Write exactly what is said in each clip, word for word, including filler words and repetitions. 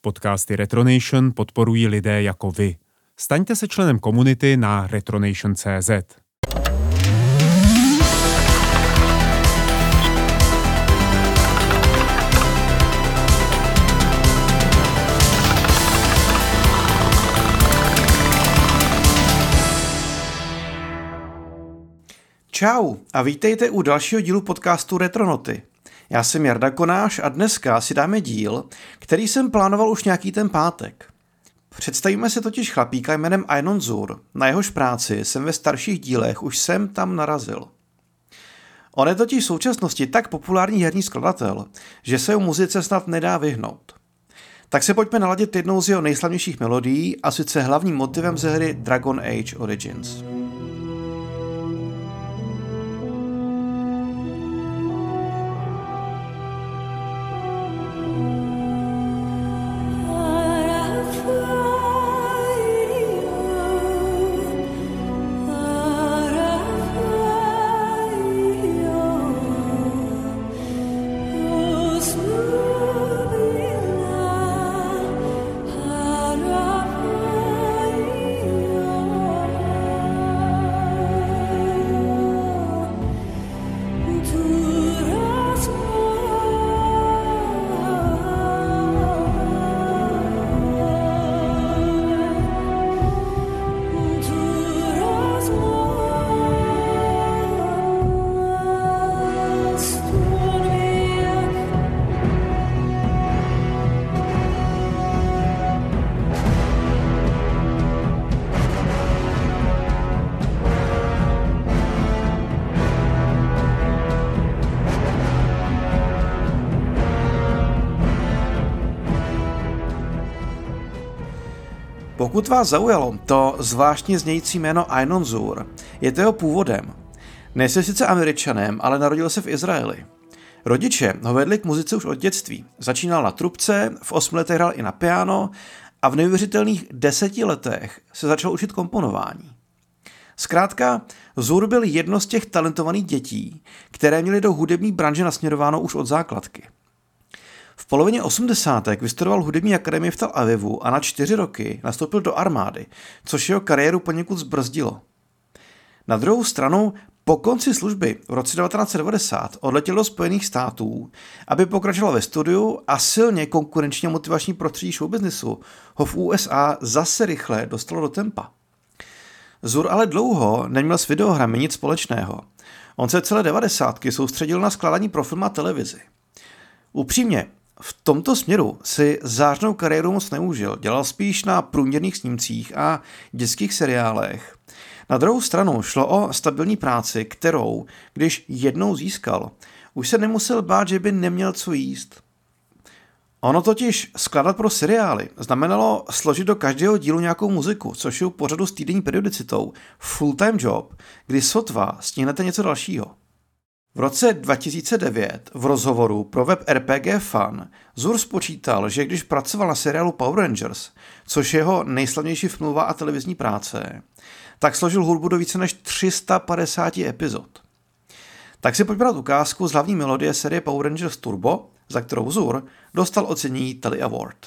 Podcasty Retronation podporují lidé jako vy. Staňte se členem komunity na retronation tečka cé zet. Čau a vítejte u dalšího dílu podcastu Retronoty. Já jsem Jarda Konáš a dneska si dáme díl, který jsem plánoval už nějaký ten pátek. Představíme se totiž chlapíka jménem Einon Zur, na jehož práci jsem ve starších dílech už sem tam narazil. On je totiž v současnosti tak populární herní skladatel, že se jeho muzice snad nedá vyhnout. Tak se pojďme naladit jednou z jeho nejslavnějších melodií, a sice hlavním motivem ze hry Dragon Age Origins. Pokud vás zaujalo to zvláštně znějící jméno Einon Zur, je to jeho původem. Dnes je sice Američanem, ale narodil se v Izraeli. Rodiče ho vedli k muzice už od dětství. Začínal na trubce, v osmi letech hrál i na piano a v neuvěřitelných deseti letech se začal učit komponování. Zkrátka, Zur byl jedno z těch talentovaných dětí, které měly do hudební branže nasměrováno už od základky. V polovině osmdesátek vystudoval hudební akademii v Tel Avivu a na čtyři roky nastoupil do armády, což jeho kariéru poněkud zbrzdilo. Na druhou stranu, po konci služby v roce devatenáct set devadesát odletěl do Spojených států, aby pokračoval ve studiu, a silně konkurenčně motivační prostředí showbiznisu ho v U S A zase rychle dostalo do tempa. Zur ale dlouho neměl s videohrami nic společného. On se celé devadesátky soustředil na skládání pro film a televizi. Upřímně, v tomto směru si zářnou kariéru moc neužil, dělal spíš na průměrných snímcích a dětských seriálech. Na druhou stranu šlo o stabilní práci, kterou, když jednou získal, už se nemusel bát, že by neměl co jíst. Ono totiž skládat pro seriály znamenalo složit do každého dílu nějakou muziku, což je u pořadu s týdenní periodicitou full-time job, kdy sotva stihnete něco dalšího. V roce dva tisíce devět v rozhovoru pro web R P G Fan Zur spočítal, že když pracoval na seriálu Power Rangers, což je jeho nejslavnější filmová a televizní práce, tak složil hudbu do více než tři sta padesát epizod. Tak si pojďme dát ukázku z hlavní melodie série Power Rangers Turbo, za kterou Zur dostal ocenění Telly Award.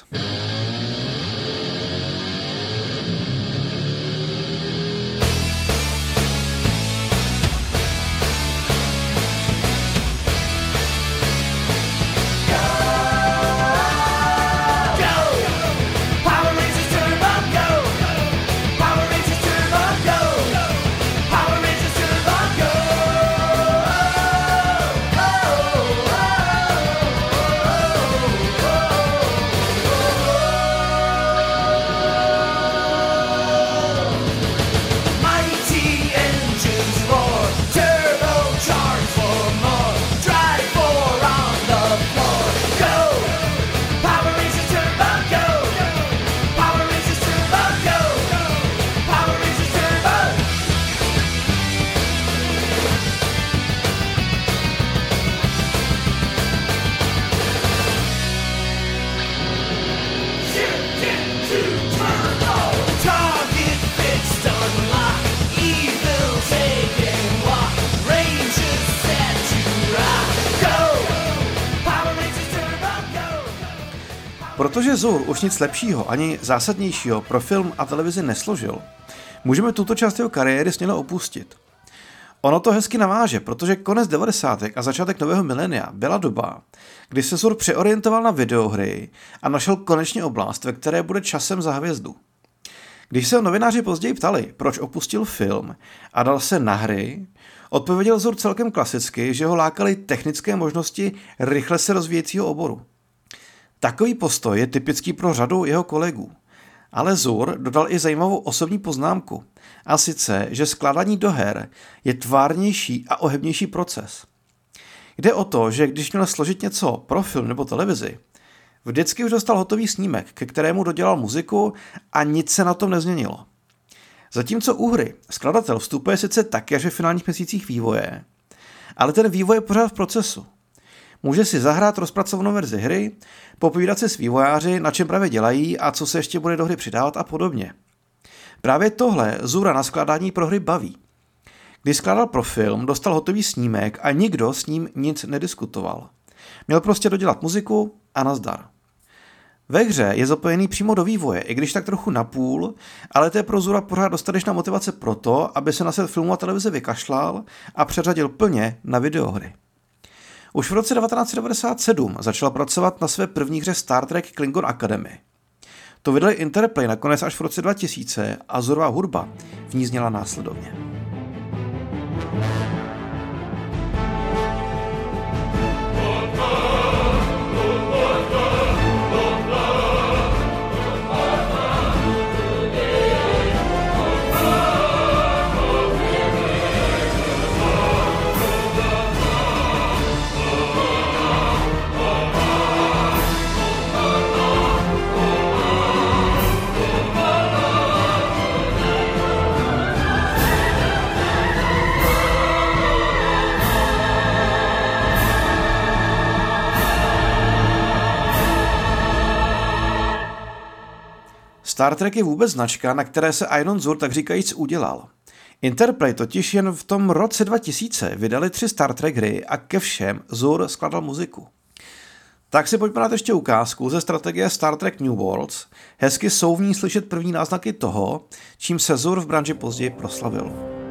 Protože Zur už nic lepšího ani zásadnějšího pro film a televizi nesložil, můžeme tuto část jeho kariéry směle opustit. Ono to hezky naváže, protože konec devadesátek a začátek nového milénia byla doba, kdy se Zur přeorientoval na videohry a našel konečně oblast, ve které bude časem za hvězdu. Když se novináři později ptali, proč opustil film a dal se na hry, odpověděl Zur celkem klasicky, že ho lákaly technické možnosti rychle se rozvíjejícího oboru. Takový postoj je typický pro řadu jeho kolegů. Ale Zur dodal i zajímavou osobní poznámku, a sice, že skládání do her je tvárnější a ohebnější proces. Jde o to, že když měl složit něco pro film nebo televizi, vždycky už dostal hotový snímek, ke kterému dodělal muziku a nic se na tom nezměnilo. Zatímco u hry skladatel vstupuje sice taky až ve finálních měsících vývoje, ale ten vývoj je pořád v procesu. Může si zahrát rozpracovanou verzi hry, popovídat si s vývojáři, na čem právě dělají a co se ještě bude do hry přidávat a podobně. Právě tohle Zura na skládání pro hry baví. Když skládal pro film, dostal hotový snímek a nikdo s ním nic nediskutoval. Měl prostě dodělat muziku a nazdar. Ve hře je zapojený přímo do vývoje, i když tak trochu napůl, ale to je pro Zura pořád dostatečná motivace pro to, aby se na svět filmu a televize vykašlal a přeřadil plně na videohry. Už v roce devatenáct set devadesát sedm začal pracovat na své první hře Star Trek Klingon Academy. To vydali Interplay nakonec až v roce dva tisíce a Zurova hudba v ní zněla následovně. Star Trek je vůbec značka, na které se Inon Zur tak říkajíc udělal. Interplay totiž jen v tom roce dva tisíce vydali tři Star Trek hry a ke všem Zur skladal muziku. Tak si pojďme dát ještě ukázku ze strategie Star Trek New Worlds. Hezky jsou v ní slyšet první náznaky toho, čím se Zur v branži později proslavil.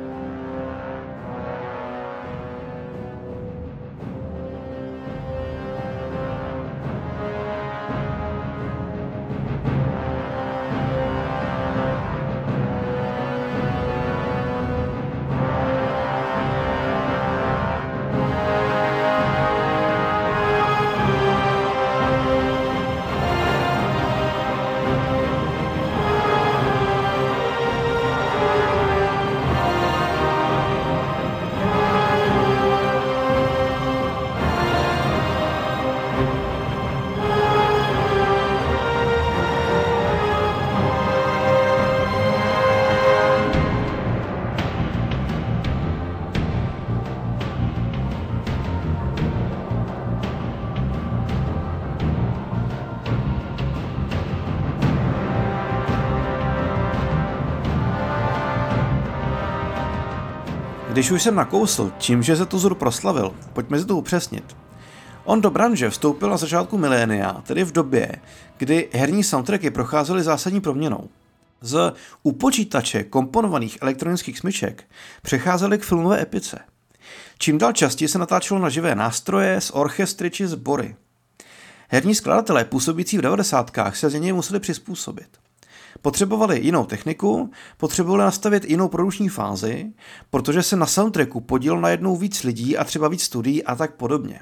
Když už jsem nakousl, čímže se to Zur proslavil, pojďme si to upřesnit. On do branže vstoupil na začátku milénia, tedy v době, kdy herní soundtracky procházely zásadní proměnou. Z u počítače komponovaných elektronických smyček přecházely k filmové epice. Čím dál častěji se natáčelo na živé nástroje, z orchestry či sbory. Herní skladatelé působící v devadesátkách se změně museli přizpůsobit. Potřebovali jinou techniku, potřebovali nastavit jinou produkční fázi, protože se na soundtracku podílelo najednou víc lidí a třeba víc studií a tak podobně.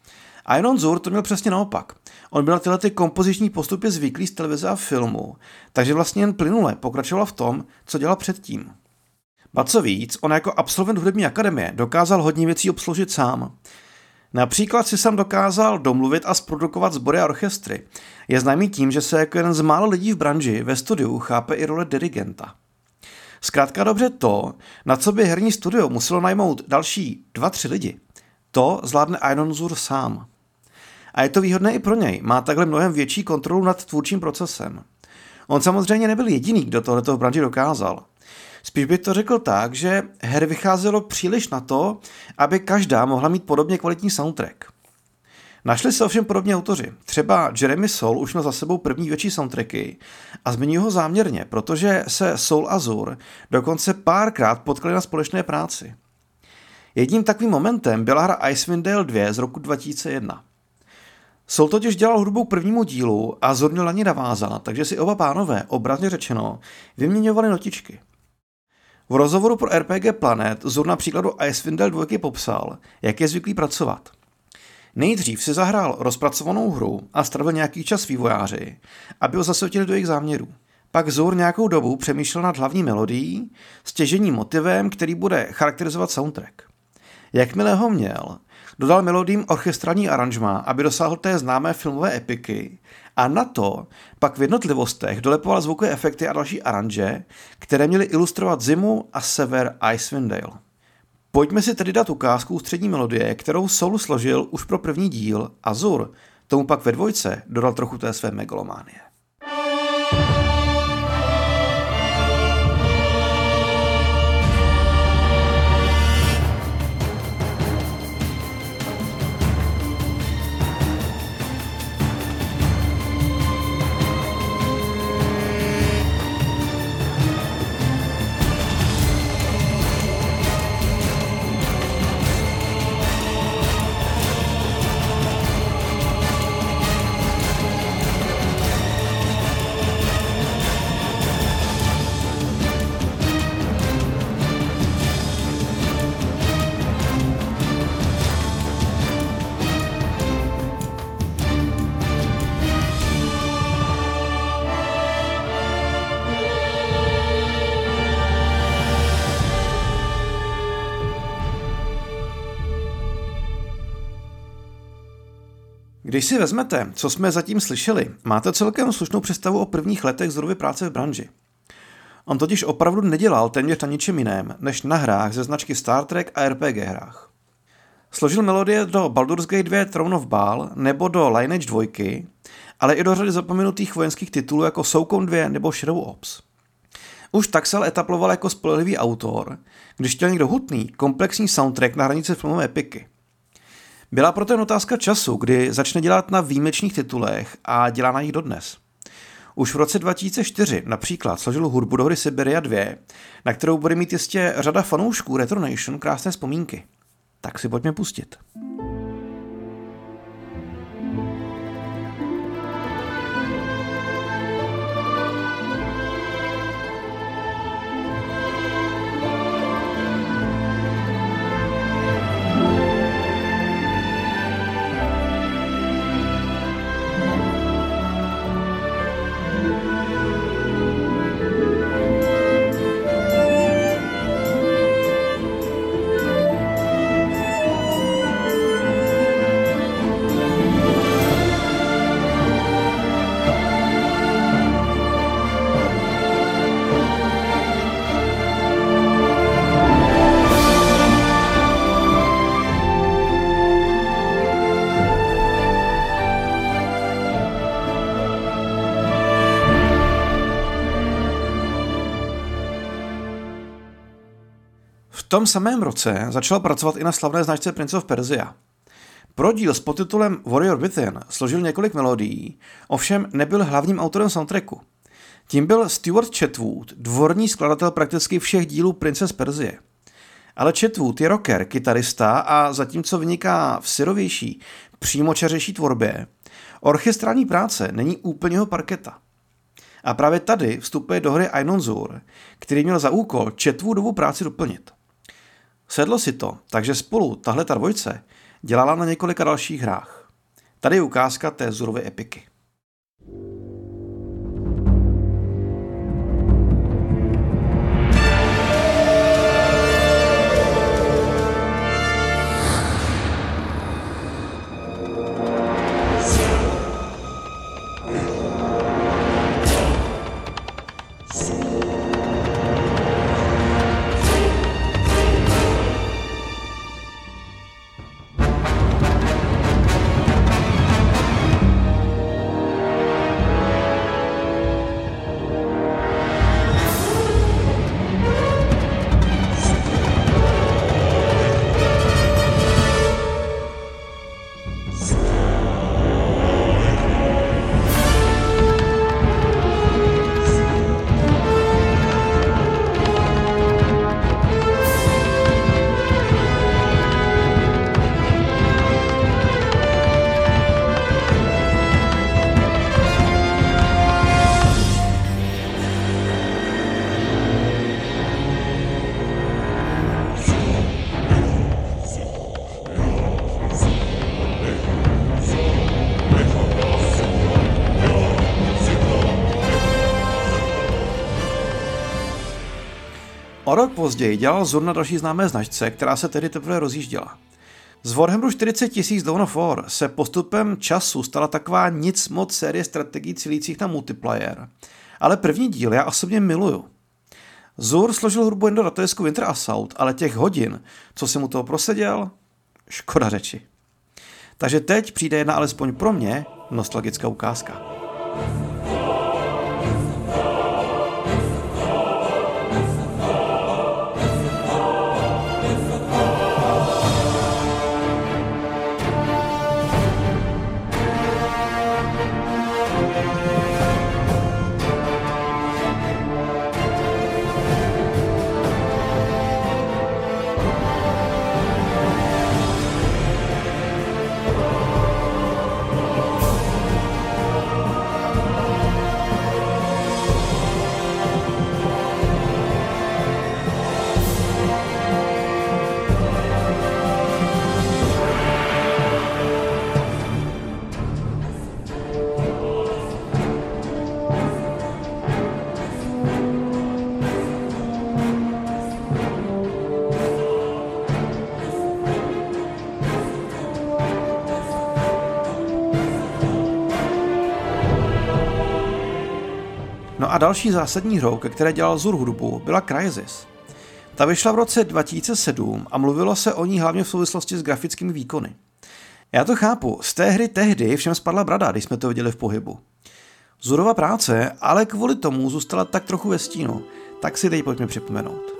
Inon Zur to měl přesně naopak. On byl na tyhle ty kompoziční postupy zvyklý z televize a filmu, takže vlastně jen plynule pokračoval v tom, co dělal předtím. Ba co víc, on jako absolvent hudební akademie dokázal hodně věcí obsloužit sám. Například si sám dokázal domluvit a zprodukovat sbory a orchestry. Je známý tím, že se jako jeden z mála lidí v branži ve studiu chápe i role dirigenta. Zkrátka dobře to, na co by herní studio muselo najmout další dva, tři lidi, to zvládne Inon Zur sám. A je to výhodné i pro něj, má takhle mnohem větší kontrolu nad tvůrčím procesem. On samozřejmě nebyl jediný, kdo tohleto v branži dokázal. Spíš bych to řekl tak, že her vycházelo příliš na to, aby každá mohla mít podobně kvalitní soundtrack. Našli se ovšem podobně autoři. Třeba Jeremy Soule už měl za sebou první větší soundtracky a zmiňuji ho záměrně, protože se Soul a Zur dokonce párkrát potkali na společné práci. Jedním takovým momentem byla hra Icewind Dale dva z roku dva tisíce jedna. Soul totiž dělal hudbu k prvnímu dílu a Zur měl na ní navázat, takže si oba pánové, obrazně řečeno, vyměňovali notičky. V rozhovoru pro R P G Planet Zur na příkladu Icewind Dale dva popsal, jak je zvyklý pracovat. Nejdřív si zahrál rozpracovanou hru a strávil nějaký čas vývojáři, aby ho zasvětili do jejich záměrů. Pak Zur nějakou dobu přemýšlel nad hlavní melodií, stěžejním motivem, který bude charakterizovat soundtrack. Jakmile ho měl, dodal melodiím orchestrální aranžmá, aby dosáhl té známé filmové epiky a na to pak v jednotlivostech dolepoval zvukové efekty a další aranže, které měly ilustrovat zimu a sever Icewind Dale. Pojďme si tedy dát ukázku střední melodie, kterou Soul složil už pro první díl a Zur tomu pak ve dvojce dodal trochu té své megalománie. Když si vezmete, co jsme zatím slyšeli, máte celkem slušnou představu o prvních letech Zurovy práce v branži. On totiž opravdu nedělal téměř na ničem jiném, než na hrách ze značky Star Trek a R P G hrách. Složil melodie do Baldur's Gate dva Throne of Baal nebo do Lineage dva, ale i do řady zapomenutých vojenských titulů jako Soukom dva nebo Shadow Ops. Už tak se ale etaploval jako spolehlivý autor, když chtěl někdo hutný, komplexní soundtrack na hranici filmové epiky. Byla proto jen otázka času, kdy začne dělat na výjimečných titulech a dělá na nich dodnes. Už v roce dva tisíce čtyři například složil hudbu do hry Siberia dva, na kterou bude mít jistě řada fanoušků Retro Nation krásné vzpomínky. Tak si pojďme pustit. V tom samém roce začal pracovat i na slavné značce Prince of Persia. Pro díl s podtitulem Warrior Within složil několik melodií, ovšem nebyl hlavním autorem soundtracku. Tím byl Stuart Chetwood, dvorní skladatel prakticky všech dílů Prince z Persie. Ale Chetwood je rocker, kytarista a zatímco vyniká v syrovější, přímočařejší tvorbě, orchestrální práce není úplně jeho parketa. A právě tady vstupuje do hry Einon Zur, který měl za úkol Chetwoodovu práci doplnit. Sedlo si to, takže spolu tahle ta dvojce dělala na několika dalších hrách. Tady je ukázka té Zurovy epiky. O rok později dělal Zur na další známé značce, která se tedy teprve rozjížděla. Z Warhammeru čtyřicet tisíc Dawn of War se postupem času stala taková nic moc série strategií cílících na multiplayer. Ale první díl já osobně miluju. Zur složil hudbu jen do datadisku Winter Assault, ale těch hodin, co jsem mu toho proseděl, škoda řeči. Takže teď přijde jedna alespoň pro mě nostalgická ukázka. No a další zásadní hrou, ke které dělal Zur hudbu, byla Crysis. Ta vyšla v roce dva tisíce sedm a mluvilo se o ní hlavně v souvislosti s grafickými výkony. Já to chápu, z té hry tehdy všem spadla brada, když jsme to viděli v pohybu. Zurova práce ale kvůli tomu zůstala tak trochu ve stínu, tak si teď pojďme připomenout.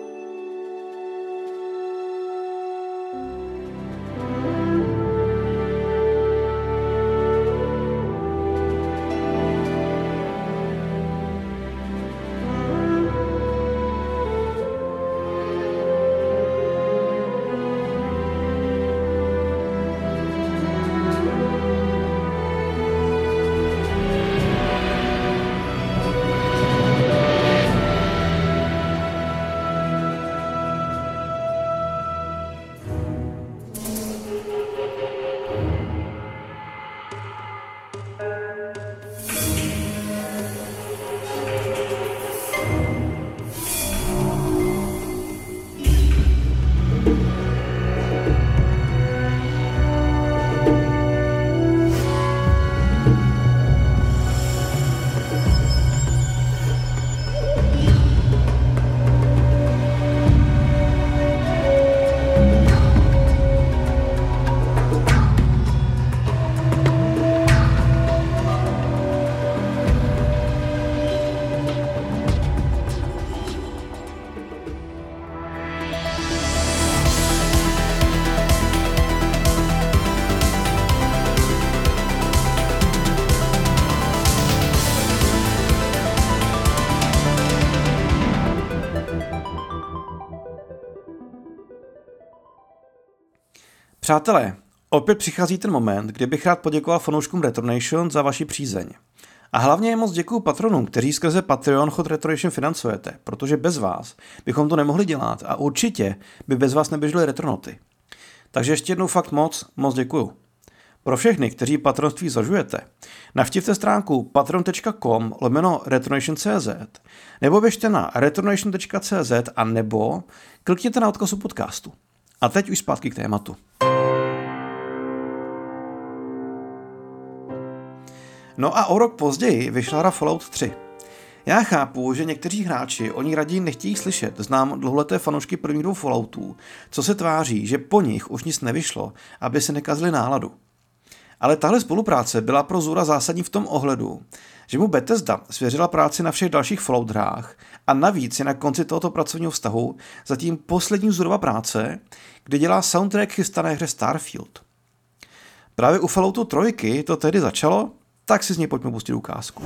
Přátelé, opět přichází ten moment, kdy bych rád poděkoval fanouškům Retronation za vaši přízeň. A hlavně moc děkuju patronům, kteří skrze Patreon chod Retronation financujete, protože bez vás bychom to nemohli dělat a určitě by bez vás neběžely Retronoty. Takže ještě jednou fakt moc, moc děkuju. Pro všechny, kteří patronství zvažujete, navštivte stránku patreon tečka com lomeno retronation tečka cz nebo běžte na retronation tečka cz a nebo klikněte na odkaz u podcastu. A teď už zpátky k tématu. No a o rok později vyšla hra Fallout tři. Já chápu, že někteří hráči o ní raději nechtějí slyšet, znám dlouholeté fanoušky prvních dvou Falloutů, co se tváří, že po nich už nic nevyšlo, aby se nekazili náladu. Ale tahle spolupráce byla pro Zura zásadní v tom ohledu, že mu Bethesda svěřila práci na všech dalších Fallout hrách a navíc je na konci tohoto pracovního vztahu zatím poslední Zurova práce, kdy dělá soundtrack chystané hře Starfield. Právě u Falloutu tři to tehdy začalo, tak si z něj pojďme pustit ukázku.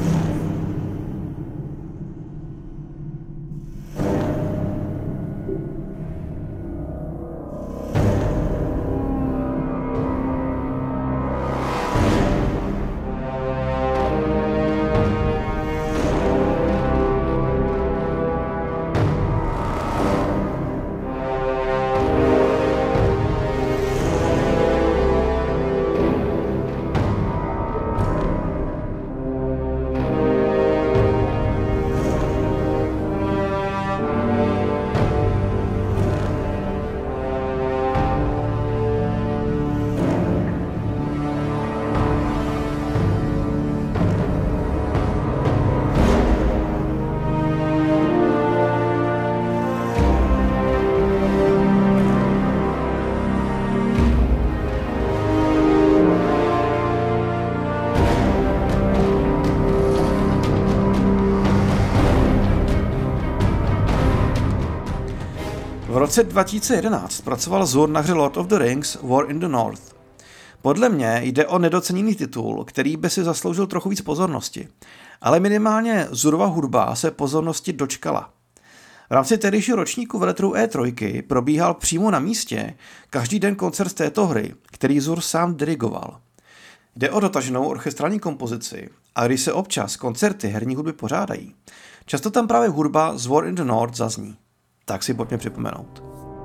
roce dva tisíce jedenáct pracoval Zur na hře Lord of the Rings War in the North. Podle mě jde o nedoceněný titul, který by si zasloužil trochu víc pozornosti, ale minimálně Zurova hudba se pozornosti dočkala. V rámci tehdejšího ročníku veletrhu E tři probíhal přímo na místě každý den koncert z této hry, který Zur sám dirigoval. Jde o dotaženou orchestrální kompozici a když se občas koncerty herní hudby pořádají, často tam právě hudba z War in the North zazní. Tak si pojďme připomenout.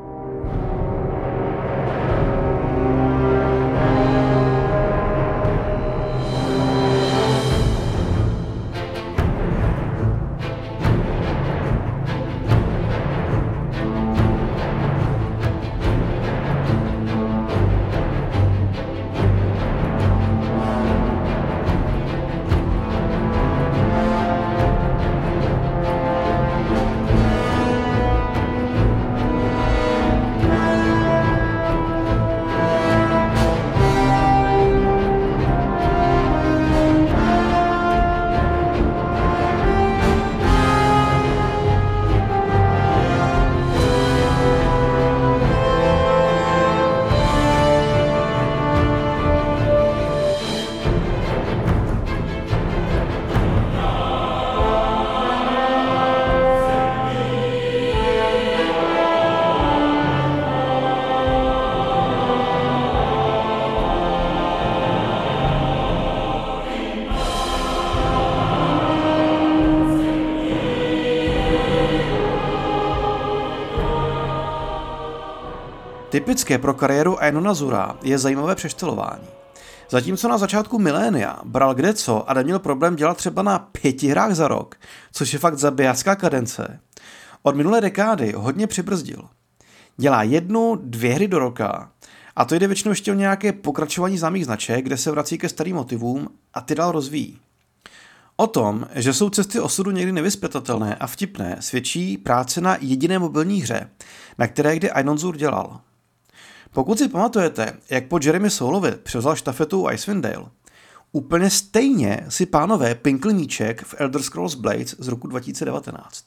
Typické pro kariéru Einona Zura je zajímavé přeštelování. Zatímco na začátku milénia bral kdeco a neměl problém dělat třeba na pěti hrách za rok, což je fakt zabijácká kadence, od minulé dekády hodně přibrzdil. Dělá jednu, dvě hry do roka a to jde většinou ještě o nějaké pokračování známých značek, kde se vrací ke starým motivům a ty dál rozvíjí. O tom, že jsou cesty osudu někdy nevyzpětatelné a vtipné, svědčí práce na jediné mobilní hře, na které kdy Einon Zur dělal. Pokud si pamatujete, jak po Jeremy Soulovi převzal štafetu Icewind Dale, úplně stejně si pánové pinkli míček v Elder Scrolls Blades z roku dva tisíce devatenáct.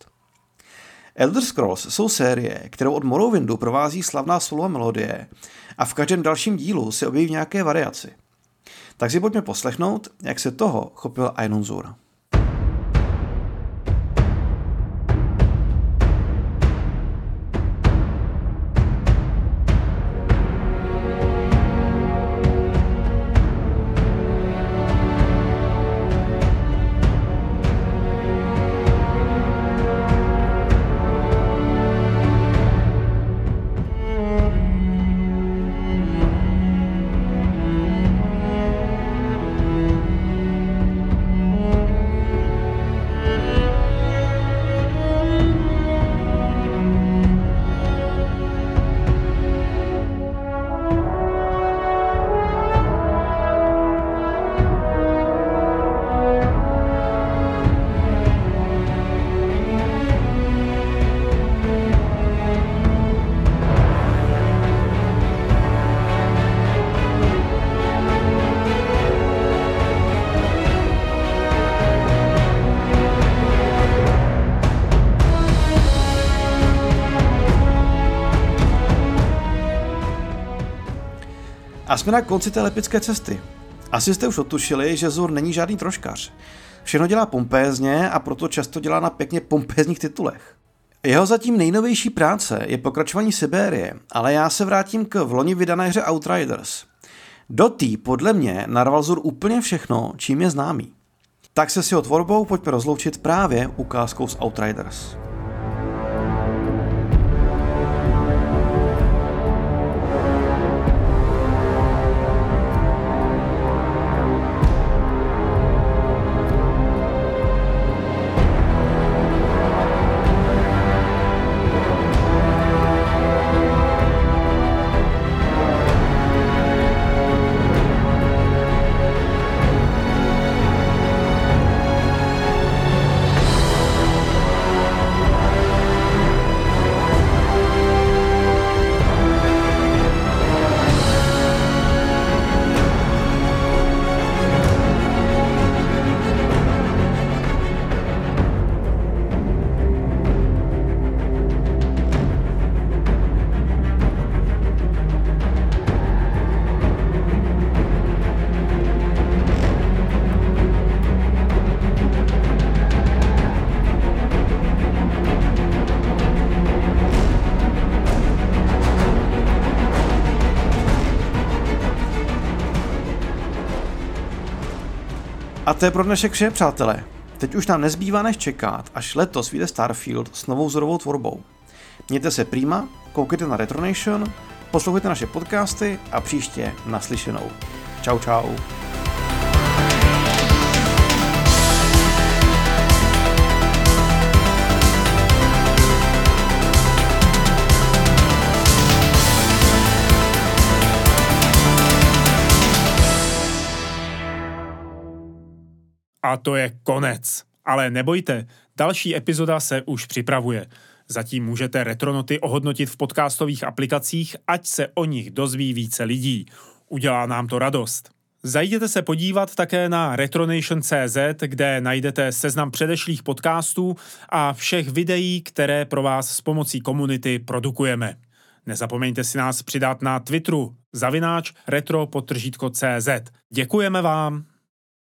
Elder Scrolls jsou série, kterou od Morrowindu provází slavná solová melodie a v každém dalším dílu se objeví v nějaké variaci. Tak si pojďme poslechnout, jak se toho chopil Einon Zur. A jsme na konci té epické cesty. Asi jste už otušili, že Zur není žádný troškař. Všechno dělá pompézně a proto často dělá na pěkně pompézních titulech. Jeho zatím nejnovější práce je pokračování Sibérie, ale já se vrátím k vloni vydané hře Outriders. Do té podle mě narval Zur úplně všechno, čím je známý. Tak se s jeho tvorbou pojďme rozloučit právě ukázkou z Outriders. to je pro dnešek vše, přátelé. Teď už nám nezbývá než čekat, až letos vyjde Starfield s novou vzorovou tvorbou. Mějte se prima, koukejte na Retronation, poslouchejte naše podcasty a příště naslyšenou. Čau, čau. A to je konec. Ale nebojte, další epizoda se už připravuje. Zatím můžete Retronoty ohodnotit v podcastových aplikacích, ať se o nich dozví více lidí. Udělá nám to radost. Zajděte se podívat také na retronation tečka cé zet, kde najdete seznam předešlých podcastů a všech videí, které pro vás s pomocí komunity produkujeme. Nezapomeňte si nás přidat na Twitteru zavináč retro podtržítko cé zet. Děkujeme vám!